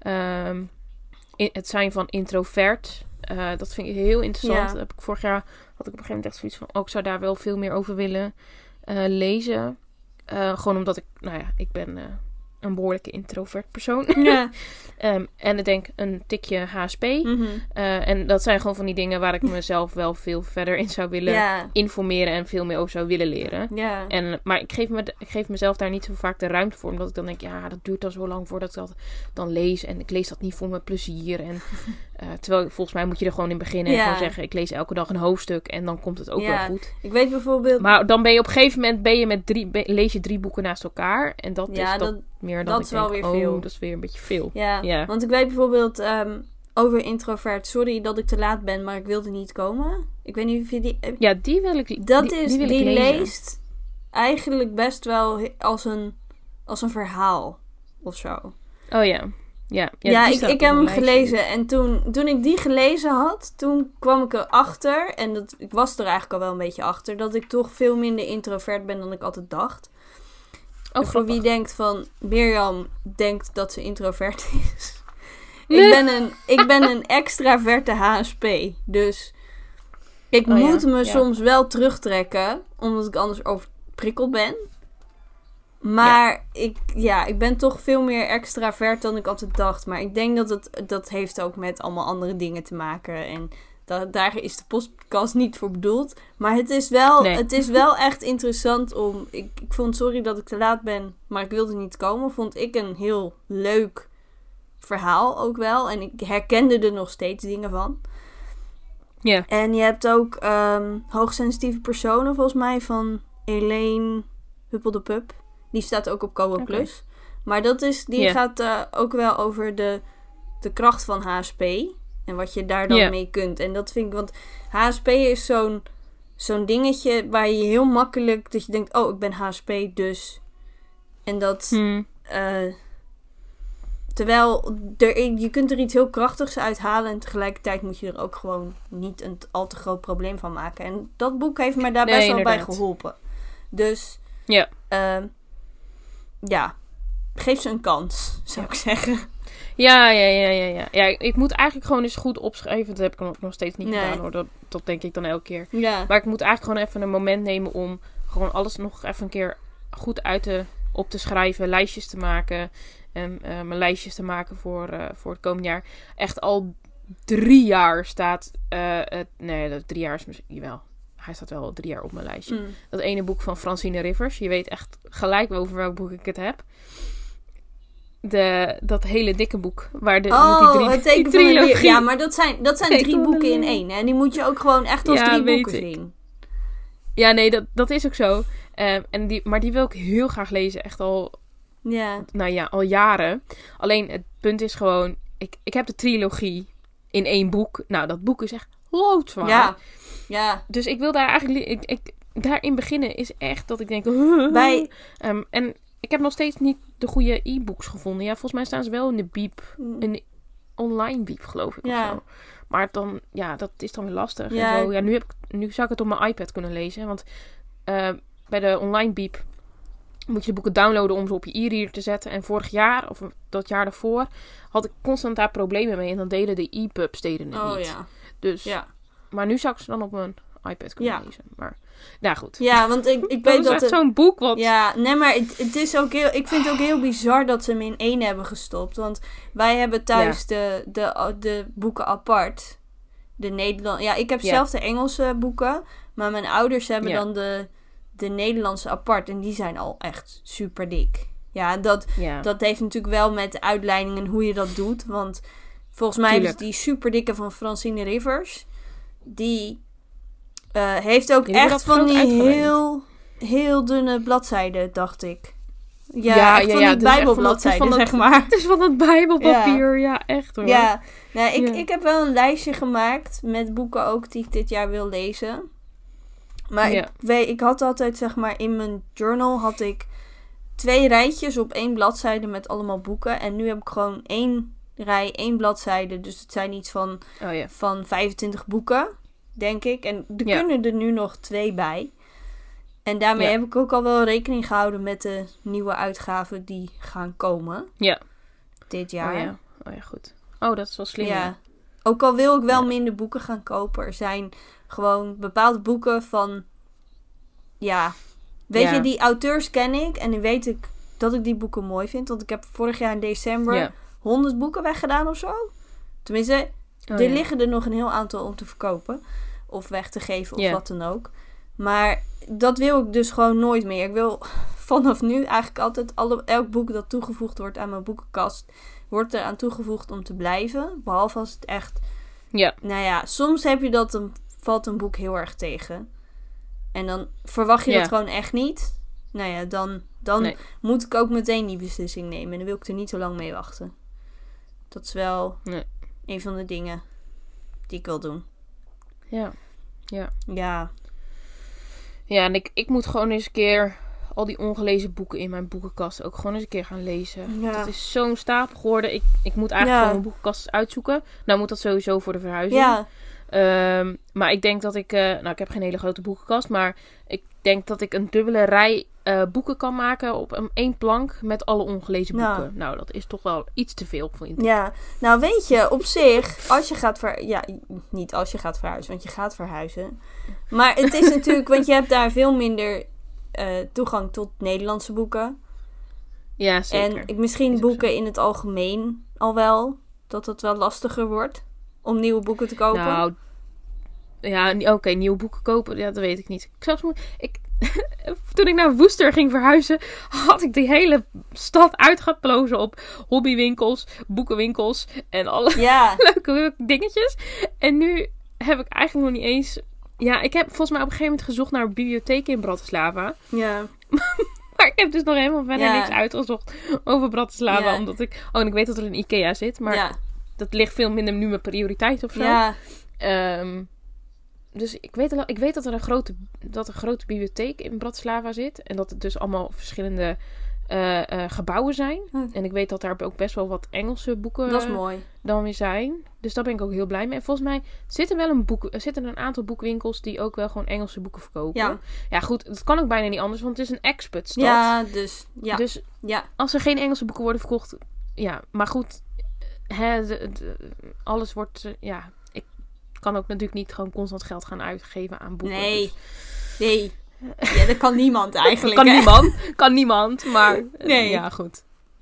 Um, in, het zijn van introvert. Uh, dat vind ik heel interessant. Ja. Dat heb ik vorig jaar... Had ik op een gegeven moment echt zoiets van... Oh, ik zou daar wel veel meer over willen uh, lezen. Uh, gewoon omdat ik... Nou ja, ik ben... Uh, een behoorlijke introvert persoon. Ja. um, en ik denk een tikje H S P. Mm-hmm. Uh, en dat zijn gewoon van die dingen waar ik mezelf wel veel verder in zou willen ja. informeren en veel meer over zou willen leren. Ja. En, maar ik geef, me, ik geef mezelf daar niet zo vaak de ruimte voor. Omdat ik dan denk, ja, dat duurt dan zo lang voordat ik dat dan lees. En ik lees dat niet voor mijn plezier. En, uh, terwijl volgens mij moet je er gewoon in beginnen. Ja. En gewoon zeggen, ik lees elke dag een hoofdstuk. En dan komt het ook ja. wel goed. Ik weet bijvoorbeeld... Maar dan ben je op een gegeven moment ben je met drie, be, lees je drie boeken naast elkaar. En dat ja, is dat... dat... Meer dan dat ik is denk, wel weer oh, veel. dat is weer een beetje veel. Ja, ja. want ik weet bijvoorbeeld um, over introvert. Sorry dat ik te laat ben, maar ik wilde niet komen. Ik weet niet of je die... Ja, die wil ik Dat die, is, die, wil die ik lezen. leest eigenlijk best wel als een, als een verhaal of zo. Oh ja. Ja, ja, ja ik, ik heb hem gelezen. En toen, toen ik die gelezen had, toen kwam ik erachter. En dat, ik was er eigenlijk al wel een beetje achter. Dat ik toch veel minder introvert ben dan ik altijd dacht. Oh, voor wie denkt van... Mirjam denkt dat ze introvert is. Nee. ik, ben een, ik ben een extraverte H S P. Dus ik oh, moet ja. me ja. soms wel terugtrekken. Omdat ik anders overprikkeld ben. Maar ja. Ik, ja, ik ben toch veel meer extravert dan ik altijd dacht. Maar ik denk dat het dat heeft ook met allemaal andere dingen te maken. En dat, daar is de podcast niet voor bedoeld. Maar het is wel, nee. het is wel echt interessant om... Ik, ik vond, sorry dat ik te laat ben, maar ik wilde niet komen. Vond ik een heel leuk verhaal ook wel. En ik herkende er nog steeds dingen van. Ja. Yeah. En je hebt ook um, hoogsensitieve personen volgens mij van Elaine Huppel de Pup. Die staat ook op Kobo okay. Plus. Maar dat is, die yeah. gaat uh, ook wel over de, de kracht van H S P. En wat je daar dan yeah. mee kunt. En dat vind ik, want H S P is zo'n, zo'n dingetje waar je heel makkelijk, dat je denkt, oh, ik ben H S P, dus. En dat, hmm. uh, terwijl, er, je kunt er iets heel krachtigs uithalen en tegelijkertijd moet je er ook gewoon niet een al te groot probleem van maken. En dat boek heeft me daar nee, best wel inderdaad. bij geholpen. Dus, ja. Uh, ja, geef ze een kans, zou ik zeggen. Ja, ja, ja, ja, ja. Ja, ik, ik moet eigenlijk gewoon eens goed opschrijven. Dat heb ik nog, nog steeds niet nee. gedaan hoor. Dat, dat denk ik dan elke keer. Ja. Maar ik moet eigenlijk gewoon even een moment nemen om gewoon alles nog even een keer goed uit te, op te schrijven. Lijstjes te maken. En uh, mijn lijstjes te maken voor, uh, voor het komende jaar. Echt al drie jaar staat... Uh, uh, nee, dat drie jaar is misschien... Jawel. Hij staat wel drie jaar op mijn lijstje. Mm. Dat ene boek van Francine Rivers. Je weet echt gelijk over welk boek ik het heb. De, dat hele dikke boek. Waar de, oh, die drie, het teken die van de Ja, maar dat zijn, dat zijn drie boeken in één. En die moet je ook gewoon echt als ja, drie boeken ik. zien. Ja, nee, dat, dat is ook zo. Um, en die, maar die wil ik heel graag lezen. Echt al... Ja. Nou ja, al jaren. Alleen het punt is gewoon... Ik, ik heb de trilogie in één boek. Nou, dat boek is echt loodzwaar. Ja. Ja. Dus ik wil daar eigenlijk... Ik, ik, daarin beginnen is echt dat ik denk... Bij... Um, en ik heb nog steeds niet de goede e-books gevonden. Ja, volgens mij staan ze wel in de Biep. In de, online biep, geloof ik. Ja. Of zo. Maar dan, ja, dat is dan weer lastig. Ja. En zo. Ja, nu, heb ik, nu zou ik het op mijn iPad kunnen lezen. Want uh, bij de online biep moet je de boeken downloaden om ze op je e-reader te zetten. En vorig jaar, of dat jaar daarvoor, had ik constant daar problemen mee. En dan deden de e-pubs deden het Oh niet. ja. Dus, Ja. Maar nu zou ik ze dan op mijn iPad kunnen Ja. lezen. Maar, nou goed. Ja, want ik, ik Dat weet is dat echt het... zo'n boek wat... Ja, nee, maar het, het is ook heel... Ik vind het ook heel bizar dat ze hem in één hebben gestopt. Want wij hebben thuis Ja. de, de, de boeken apart. De Nederland... Ja, ik heb Ja. zelf de Engelse boeken. Maar mijn ouders hebben Ja. dan de, de Nederlandse apart. En die zijn al echt super dik. Ja, dat, Ja. dat heeft natuurlijk wel met de uitleidingen hoe je dat doet. Want volgens mij Tuurlijk. is die super dikke van Francine Rivers. Die uh, heeft ook Die hebben echt dat van groot die uitgeleend. heel, heel dunne bladzijden, dacht ik. Ja, Ja, echt ja, van ja, die het is echt van dat- bijbelbladzijden, het is van zeg maar. Het is van dat bijbelpapier. Ja, echt hoor. Ja, nou, ik, Ja. ik heb wel een lijstje gemaakt met boeken ook die ik dit jaar wil lezen. Maar Ja. ik, weet, ik had altijd, zeg maar, in mijn journal had ik twee rijtjes op één bladzijde met allemaal boeken. En nu heb ik gewoon één rij, één bladzijde. Dus het zijn iets van, Oh ja. van vijfentwintig boeken, denk ik. En er Ja. kunnen er nu nog twee bij. En daarmee Ja. heb ik ook al wel rekening gehouden met de nieuwe uitgaven die gaan komen Ja. dit jaar. Oh ja. Oh ja, goed. Oh, dat is wel slim. Ja. Ook al wil ik wel Ja. minder boeken gaan kopen. Er zijn gewoon bepaalde boeken van... Ja, weet Ja. je, die auteurs ken ik. En dan weet ik dat ik die boeken mooi vind. Want ik heb vorig jaar in december Ja. honderd boeken weggedaan of zo. Tenminste, Oh, er ja. liggen er nog een heel aantal om te verkopen. Of weg te geven of Ja. wat dan ook. Maar dat wil ik dus gewoon nooit meer. Ik wil vanaf nu eigenlijk altijd... Alle, elk boek dat toegevoegd wordt aan mijn boekenkast... wordt er aan toegevoegd om te blijven. Behalve als het echt... Ja. Nou ja, soms heb je dat... Dan valt een boek heel erg tegen. En dan verwacht je Ja. dat gewoon echt niet. Nou ja, dan, dan Nee. moet ik ook meteen die beslissing nemen. En dan wil ik er niet zo lang mee wachten. Dat is wel Nee. een van de dingen die ik wil doen. Ja. Ja. Ja. Ja, en ik, ik moet gewoon eens een keer al die ongelezen boeken in mijn boekenkast ook gewoon eens een keer gaan lezen. Ja. Dat is zo'n stapel geworden. Ik, ik moet eigenlijk Ja. gewoon mijn boekenkast uitzoeken. Nou moet dat sowieso voor de verhuizing. Ja. Ehm, maar ik denk dat ik... eh, nou, ik heb geen hele grote boekenkast. Maar ik denk dat ik een dubbele rij eh, boeken kan maken op een, één plank met alle ongelezen Nou. boeken. Nou, dat is toch wel iets te veel, vind ik. Ja, nou weet je, op zich, als je gaat ver... Ja, niet als je gaat verhuizen, want je gaat verhuizen. Maar het is natuurlijk, want je hebt daar veel minder uh, toegang tot Nederlandse boeken. Ja, zeker. En ik, misschien Is ook boeken in het algemeen al wel, dat het wel lastiger wordt om nieuwe boeken te kopen. Nou, ja, oké, okay, nieuwe boeken kopen, ja, dat weet ik niet. Ik zelfs moet, ik, toen ik naar Woester ging verhuizen, had ik die hele stad uitgeplozen op hobbywinkels, boekenwinkels en alle Ja, leuke dingetjes. En nu heb ik eigenlijk nog niet eens... Ja, ik heb volgens mij op een gegeven moment gezocht naar een bibliotheek in Bratislava. ja, Maar ik heb dus nog helemaal verder Ja. niks uitgezocht over Bratislava. Ja. Omdat ik... Oh, en ik weet dat er een Ikea zit, maar ja, dat ligt veel minder nu mijn prioriteit of zo. ja, Ehm, dus ik weet, al- ik weet dat er een grote, dat er een grote bibliotheek in Bratislava zit. En dat het dus allemaal verschillende eh, eh, gebouwen zijn. Hm. En ik weet dat daar ook best wel wat Engelse boeken dat is eh, mooi. dan weer zijn. Dus daar ben ik ook heel blij mee. En volgens mij zitten wel een boek, er zitten een aantal boekwinkels die ook wel gewoon Engelse boeken verkopen. Ja, Ja, goed, dat kan ook bijna niet anders, want het is een expat-stad. ja, dus, ja, Dus ja, als er geen Engelse boeken worden verkocht, ja, maar goed, hè, de- de- alles wordt, eh, ja, ik kan ook natuurlijk niet gewoon constant geld gaan uitgeven aan boeken. nee, dus- nee. Ja, dat kan niemand eigenlijk. kan hè? niemand, kan niemand, maar eh, Nee. ja, goed.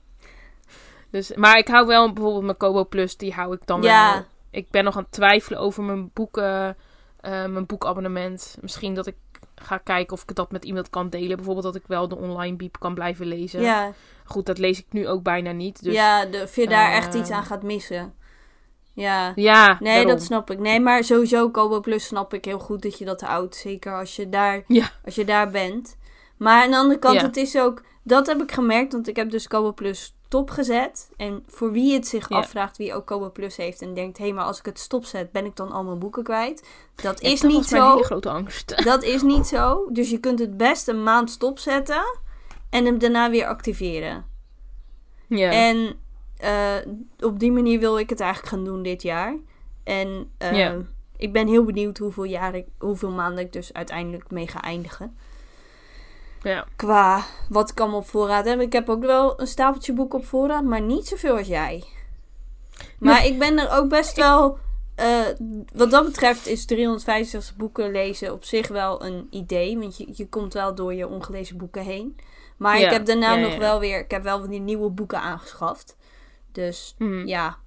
Dus, maar ik hou wel bijvoorbeeld mijn Kobo Plus, die hou ik dan Ja. wel. Ik ben nog aan het twijfelen over mijn boeken, eh, mijn boekabonnement. Misschien dat ik ga kijken of ik dat met iemand kan delen. Bijvoorbeeld dat ik wel de online biep kan blijven lezen. Ja, Goed, dat lees ik nu ook bijna niet. Dus ja, de, of je daar eh, echt iets aan gaat missen. Ja. ja, Nee, daarom. dat snap ik. Nee, maar sowieso Kobo Plus snap ik heel goed dat je dat houdt. Zeker als je daar, Ja. als je daar bent. Maar aan de andere kant, Ja. het is ook... Dat heb ik gemerkt, want ik heb dus Kobo Plus stopgezet. En voor wie het zich Ja. afvraagt, wie ook Kobo Plus heeft en denkt... Hé, hey, maar als ik het stopzet, ben ik dan al mijn boeken kwijt? Dat Ja, is dat niet was mijn zo. hele grote angst. Dat is niet zo. Dus je kunt het best een maand stopzetten en hem daarna weer activeren. Ja. En uh, op die manier wil ik het eigenlijk gaan doen dit jaar. En uh, Ja. ik ben heel benieuwd hoeveel, jaar ik, hoeveel maanden ik dus uiteindelijk mee ga eindigen. Ja. Qua wat ik allemaal op voorraad heb. Ik heb ook wel een stapeltje boeken op voorraad, maar niet zoveel als jij. Maar Nee. ik ben er ook best wel... Uh, wat dat betreft is driehonderdvijfenzestig boeken lezen op zich wel een idee. Want je, je komt wel door je ongelezen boeken heen. Maar Ja, ik heb daarna ja, nog ja. wel weer... Ik heb wel van die nieuwe boeken aangeschaft. Dus Mhm. ja.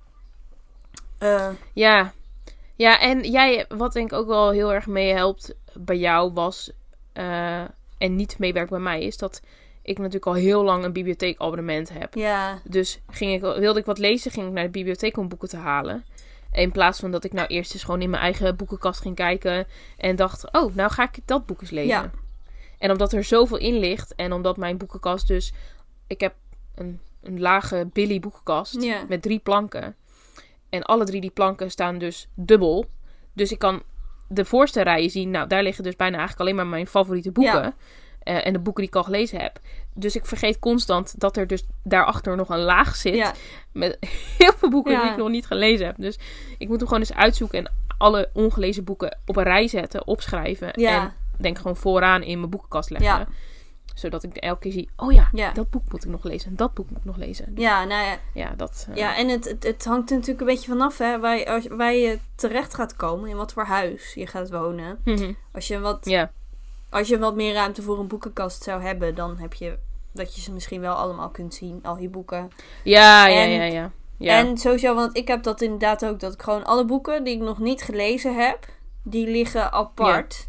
Uh, Ja. Ja, en jij, wat denk ik ook wel heel erg meehelpt bij jou was, uh, en niet meewerkt bij mij, is dat ik natuurlijk al heel lang een bibliotheekabonnement heb. ja. Dus ging ik, wilde ik wat lezen, ging ik naar de bibliotheek om boeken te halen. In plaats van dat ik nou eerst eens gewoon in mijn eigen boekenkast ging kijken en dacht, oh, nou ga ik dat boek eens lezen. Ja. En omdat er zoveel in ligt en omdat mijn boekenkast dus... Ik heb een, een lage Billy boekenkast Ja. met drie planken. En alle drie die planken staan dus dubbel. Dus ik kan de voorste rijen zien. Nou, daar liggen dus bijna eigenlijk alleen maar mijn favoriete boeken. Ja. Uh, en de boeken die ik al gelezen heb. Dus ik vergeet constant dat er dus daarachter nog een laag zit. Ja. Met heel veel boeken Ja. die ik nog niet gelezen heb. Dus ik moet hem gewoon eens uitzoeken en alle ongelezen boeken op een rij zetten, opschrijven. Ja. En denk gewoon vooraan in mijn boekenkast leggen. Ja. Zodat ik elke keer zie, oh ja, Ja. dat boek moet ik nog lezen. En dat boek moet ik nog lezen. Dus Ja, nou ja. ja, dat... uh, Ja, en het, het, het hangt er natuurlijk een beetje vanaf, hè. Waar, je- als, waar je terecht gaat komen. In wat voor huis je gaat wonen. mhm. Als je wat... Ja, Als je wat meer ruimte voor een boekenkast zou hebben, dan heb je dat je ze misschien wel allemaal kunt zien, al je boeken. ja, ja, En- ja, ja. ja. En sowieso, want ik heb dat inderdaad ook, dat ik gewoon alle boeken die ik nog niet gelezen heb, die liggen apart.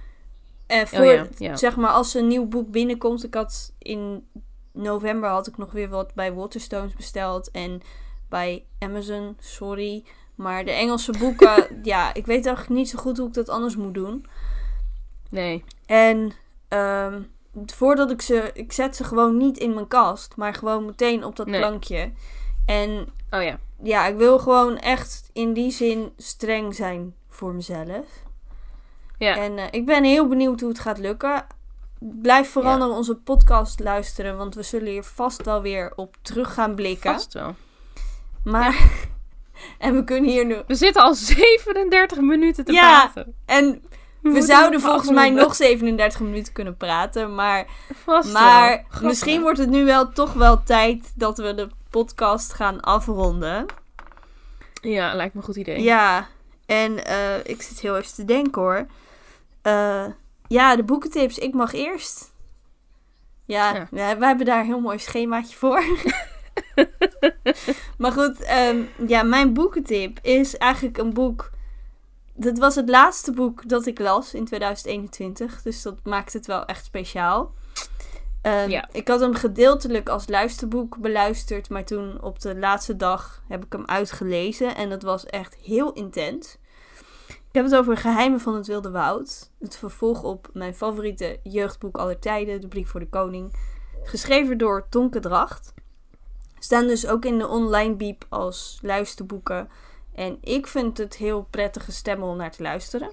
En voor, ja, ja. zeg maar, als een nieuw boek binnenkomt, ik had in november had ik nog weer wat bij Waterstones besteld en bij Amazon, sorry. Maar de Engelse boeken, ja, ik weet eigenlijk niet zo goed hoe ik dat anders moet doen. Nee. En ehm, voordat ik ze... Ik zet ze gewoon niet in mijn kast. Maar gewoon meteen op dat Nee. plankje. En Oh ja. ja, ik wil gewoon echt in die zin streng zijn voor mezelf. Ja. En uh, ik ben heel benieuwd hoe het gaat lukken. Blijf vooral Ja. naar onze podcast luisteren. Want we zullen hier vast wel weer op terug gaan blikken. Vast wel. Maar... en we kunnen hier nu... We zitten al zevenendertig minuten te Ja. praten. En we moeten zouden nog volgens mij afronden. nog zevenendertig minuten kunnen praten. Maar... Vast Maar wel. Grappig. misschien wordt het nu wel toch wel tijd dat we de podcast gaan afronden. Ja, lijkt me een goed idee. Ja, en uh, ik zit heel even te denken hoor. Uh, ja, de boekentips. Ik mag eerst. Ja, Ja. ja. wij hebben daar een heel mooi schemaatje voor. Maar goed, um, ja, mijn boekentip is eigenlijk een boek... Dat was het laatste boek dat ik las in tweeduizend eenentwintig. Dus dat maakt het wel echt speciaal. Um, Ja. Ik had hem gedeeltelijk als luisterboek beluisterd. Maar toen op de laatste dag heb ik hem uitgelezen. En dat was echt heel intens. Ik heb het over Geheimen van het Wilde Woud. Het vervolg op mijn favoriete jeugdboek aller tijden. De Brief voor de Koning. Geschreven door Tonke Dracht. Staan dus ook in de online bieb als luisterboeken. En ik vind het heel prettige stemmen om naar te luisteren.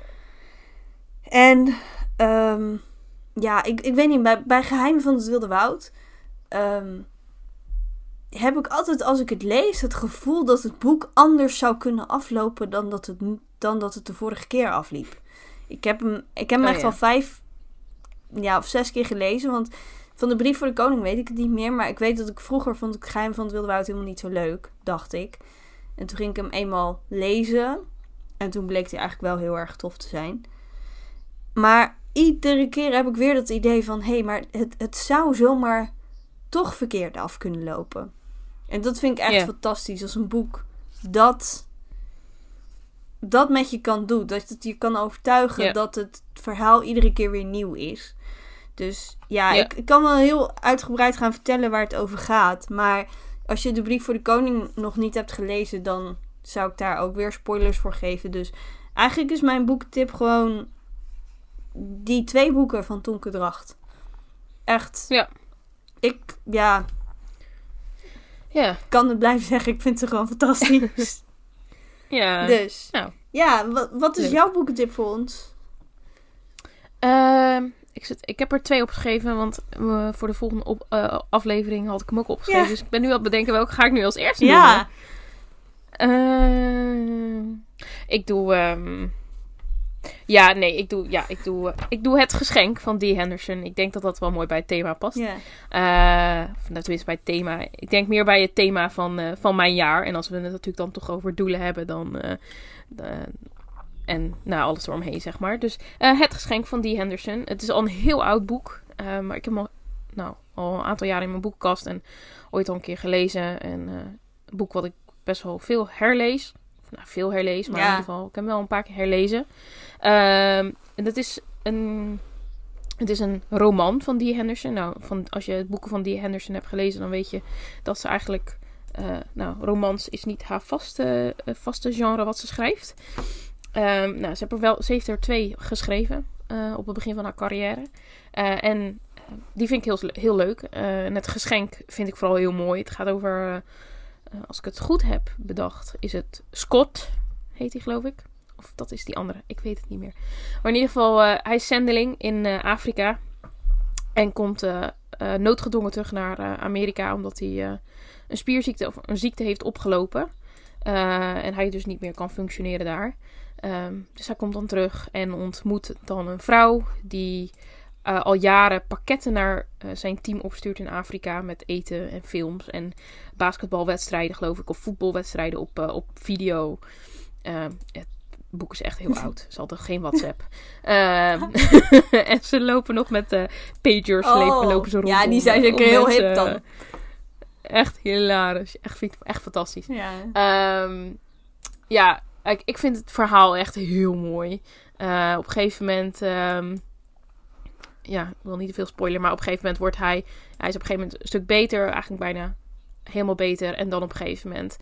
En um, ja, ik, ik weet niet, bij, bij Geheimen van het Wilde Woud um, heb ik altijd als ik het lees het gevoel dat het boek anders zou kunnen aflopen dan dat het, dan dat het de vorige keer afliep. Ik heb hem, ik heb hem Oh, echt ja. al vijf ja, of zes keer gelezen, want van de Brief voor de Koning weet ik het niet meer. Maar ik weet dat ik vroeger vond ik Geheim van het Wilde Woud helemaal niet zo leuk, dacht ik. En toen ging ik hem eenmaal lezen. En toen bleek hij eigenlijk wel heel erg tof te zijn. Maar iedere keer heb ik weer dat idee van... Hé, hey, maar het, het zou zomaar toch verkeerd af kunnen lopen. En dat vind ik echt Ja. fantastisch. Als een boek dat, dat met je kan doen. Dat het je kan overtuigen Ja. dat het verhaal iedere keer weer nieuw is. Dus ja, Ja. Ik, ik kan wel heel uitgebreid gaan vertellen waar het over gaat. Maar als je de Brief voor de Koning nog niet hebt gelezen, dan zou ik daar ook weer spoilers voor geven. Dus eigenlijk is mijn boektip gewoon die twee boeken van Tonke Dracht. Echt. Ja. Ik, ja, Ja. kan het blijven zeggen. Ik vind ze gewoon fantastisch. Ja. Dus, nou. ja, wat, wat is Leuk. jouw boekentip voor ons? Ehm, ik, zit, ik heb er twee opgeschreven, want uh, voor de volgende op, uh, aflevering had ik hem ook opgeschreven. Ja. Dus ik ben nu aan het bedenken, welke ga ik nu als eerste ja. doen? Uh, ik doe... Um, ja, nee, ik doe, ja, ik, doe, uh, ik doe Het Geschenk van Dee Henderson. Ik denk dat dat wel mooi bij het thema past. Ja. Uh, nou, tenminste bij het thema. Ik denk meer bij het thema van, uh, van mijn jaar. En als we het natuurlijk dan toch over doelen hebben, dan... Uh, uh, En nou, alles eromheen, zeg maar. Dus uh, Het Geschenk van Dee Henderson. Het is al een heel oud boek. Uh, maar ik heb hem al, nou, al een aantal jaar in mijn boekenkast. En ooit al een keer gelezen. En uh, een boek wat ik best wel veel herlees. Nou, veel herlees. Maar ja. in ieder geval, ik heb hem wel een paar keer herlezen. Uh, en dat is een... Het is een roman van Dee Henderson. Nou, van, als je het boeken van Dee Henderson hebt gelezen, dan weet je dat ze eigenlijk... Uh, nou, romans is niet haar vaste, uh, vaste genre wat ze schrijft. Um, nou, ze, heeft er wel, ze heeft er twee geschreven uh, op het begin van haar carrière. Uh, en uh, die vind ik heel, heel leuk. Uh, en Het Geschenk vind ik vooral heel mooi. Het gaat over, uh, uh, als ik het goed heb bedacht, is het Scott, heet hij geloof ik. Of dat is die andere, ik weet het niet meer. Maar in ieder geval, uh, hij is zendeling in uh, Afrika. En komt uh, uh, noodgedwongen terug naar uh, Amerika, omdat hij uh, een spierziekte of een ziekte heeft opgelopen. Uh, en hij dus niet meer kan functioneren daar. Um, dus hij komt dan terug en ontmoet dan een vrouw die uh, al jaren pakketten naar uh, zijn team opstuurt in Afrika met eten en films en basketbalwedstrijden geloof ik of voetbalwedstrijden op, uh, op video. Uh, het boek is echt heel oud. Ze hadden geen WhatsApp. Uh, en ze lopen nog met uh, pagers, oh, lopen ze rond. Ja, die zijn zeker heel hip dan. Echt hilarisch. Echt, vind ik echt fantastisch. Ja. Um, ja, ik, ik vind het verhaal echt heel mooi. Uh, op een gegeven moment... Um, ja, ik wil niet te veel spoilen, maar op een gegeven moment wordt hij... Hij is op een gegeven moment een stuk beter. Eigenlijk bijna helemaal beter. En dan op een gegeven moment...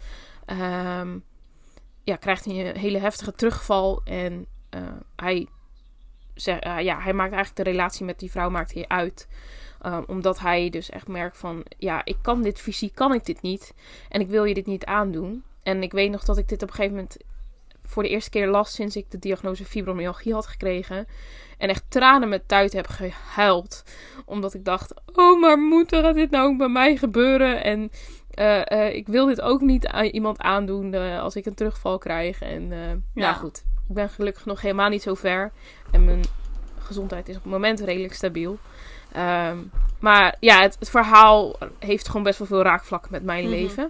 Um, ja, krijgt hij een hele heftige terugval. En uh, hij... Zeg, uh, ja, hij maakt eigenlijk de relatie met die vrouw maakt hij uit... Uh, omdat hij dus echt merkt van... Ja, ik kan dit fysiek, kan ik dit niet. En ik wil je dit niet aandoen. En ik weet nog dat ik dit op een gegeven moment... voor de eerste keer las sinds ik de diagnose fibromyalgie had gekregen. En echt tranen met tuit heb gehuild. Omdat ik dacht... Oh, maar moeder, gaat dit nou ook bij mij gebeuren? En uh, uh, ik wil dit ook niet aan iemand aandoen... Uh, als ik een terugval krijg. En uh, ja. Nou goed, ik ben gelukkig nog helemaal niet zo ver. En mijn gezondheid is op het moment redelijk stabiel. Um, maar ja, het, het verhaal heeft gewoon best wel veel raakvlakken met mijn mm-hmm. leven.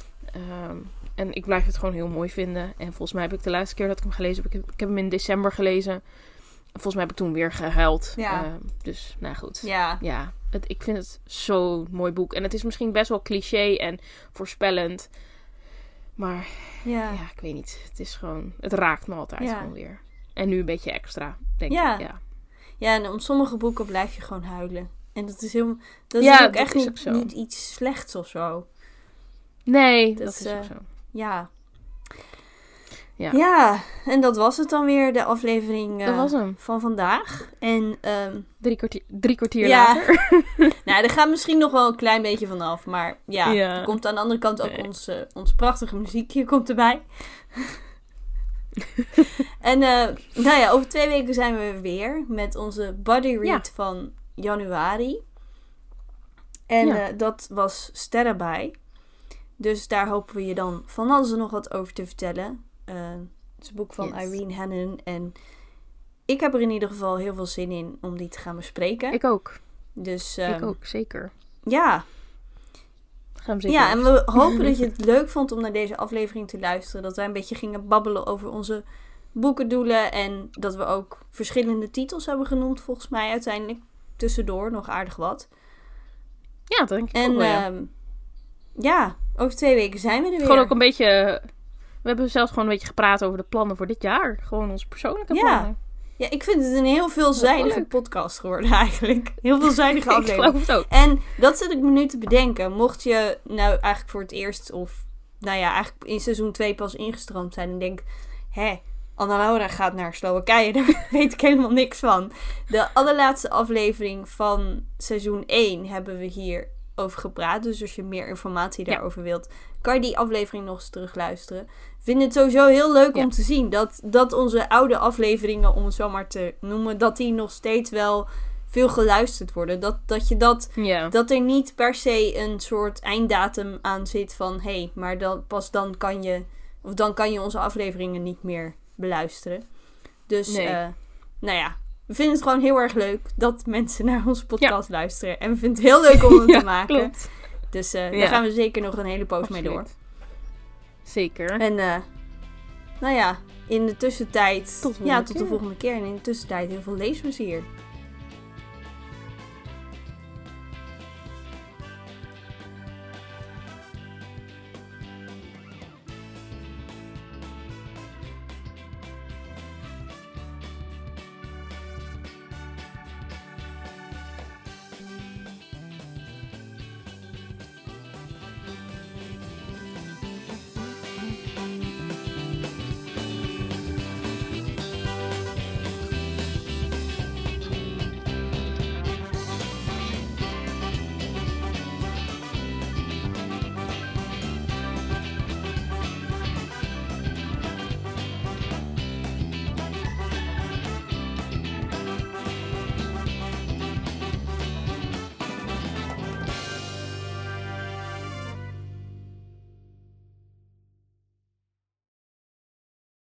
Um, en ik blijf het gewoon heel mooi vinden. En volgens mij heb ik de laatste keer dat ik hem gelezen heb... Ik heb, ik heb hem in december gelezen. Volgens mij heb ik toen weer gehuild. Ja. Um, dus, nou goed. Ja. Ja, het, ik vind het zo'n mooi boek. En het is misschien best wel cliché en voorspellend. Maar ja, ja ik weet niet. Het is gewoon... Het raakt me altijd ja. gewoon weer. En nu een beetje extra, denk ja. ik. Ja. Ja, en om sommige boeken blijf je gewoon huilen. En dat is heel... Dat ja, is ook dat echt is niet, ook zo. niet iets slechts of zo. Nee, dat, dat is uh, ook zo. Ja. Ja. Ja, en dat was het dan weer, de aflevering uh, dat was hem. van vandaag. En, um, drie kwartier, drie kwartier ja. later. Nou, er gaat misschien nog wel een klein beetje vanaf. Maar ja, ja. er komt aan de andere kant ook nee. ons, uh, ons prachtige muziekje komt erbij. En uh, nou ja, over twee weken zijn we weer met onze body read ja. van januari. En ja. uh, dat was Sterrenbij. Dus daar hopen we je dan van alles en nog wat over te vertellen. Uh, het is een boek van yes. Irene Hannon. En ik heb er in ieder geval heel veel zin in om die te gaan bespreken. Ik ook. Dus, um, ik ook, zeker. Ja. Gaan we zeker ja, en we hopen dat je het leuk vond om naar deze aflevering te luisteren. Dat wij een beetje gingen babbelen over onze boekendoelen. En dat we ook verschillende titels hebben genoemd, volgens mij uiteindelijk. Tussendoor, nog aardig wat. Ja, dat denk ik en, ook wel, ja. Um, ja, over twee weken zijn we er weer. Gewoon ook een beetje... We hebben zelfs gewoon een beetje gepraat over de plannen voor dit jaar. Gewoon onze persoonlijke ja. plannen. Ja, ik vind het een heel veelzijdige podcast geworden eigenlijk. Heel veelzijdige aflevering. Ik geloof het ook. En dat zit ik me nu te bedenken. Mocht je nou eigenlijk voor het eerst of... Nou ja, eigenlijk in seizoen twee pas ingestroomd zijn en denk... Hé, Anna Laura gaat naar Slowakije. Daar weet ik helemaal niks van. De allerlaatste aflevering van seizoen één hebben we hier over gepraat. Dus als je meer informatie daarover ja. wilt, kan je die aflevering nog eens terugluisteren. Ik vind het sowieso heel leuk ja. om te zien dat, dat onze oude afleveringen, om het zo maar te noemen, dat die nog steeds wel veel geluisterd worden. Dat, dat, je dat, Ja. dat er niet per se een soort einddatum aan zit van... hé, hey, maar dan, pas dan kan je... of dan kan je onze afleveringen niet meer beluisteren. Dus, Nee. uh, nou ja... We vinden het gewoon heel erg leuk dat mensen naar onze podcast ja. luisteren. En we vinden het heel leuk om hem ja, te maken. Klopt. Dus uh, ja. daar gaan we zeker nog een hele poos Absoluut. mee door. Zeker. En uh, nou ja, in de tussentijd... Tot de ja, volgende tot keer. de volgende keer. En in de tussentijd heel veel leesplezier.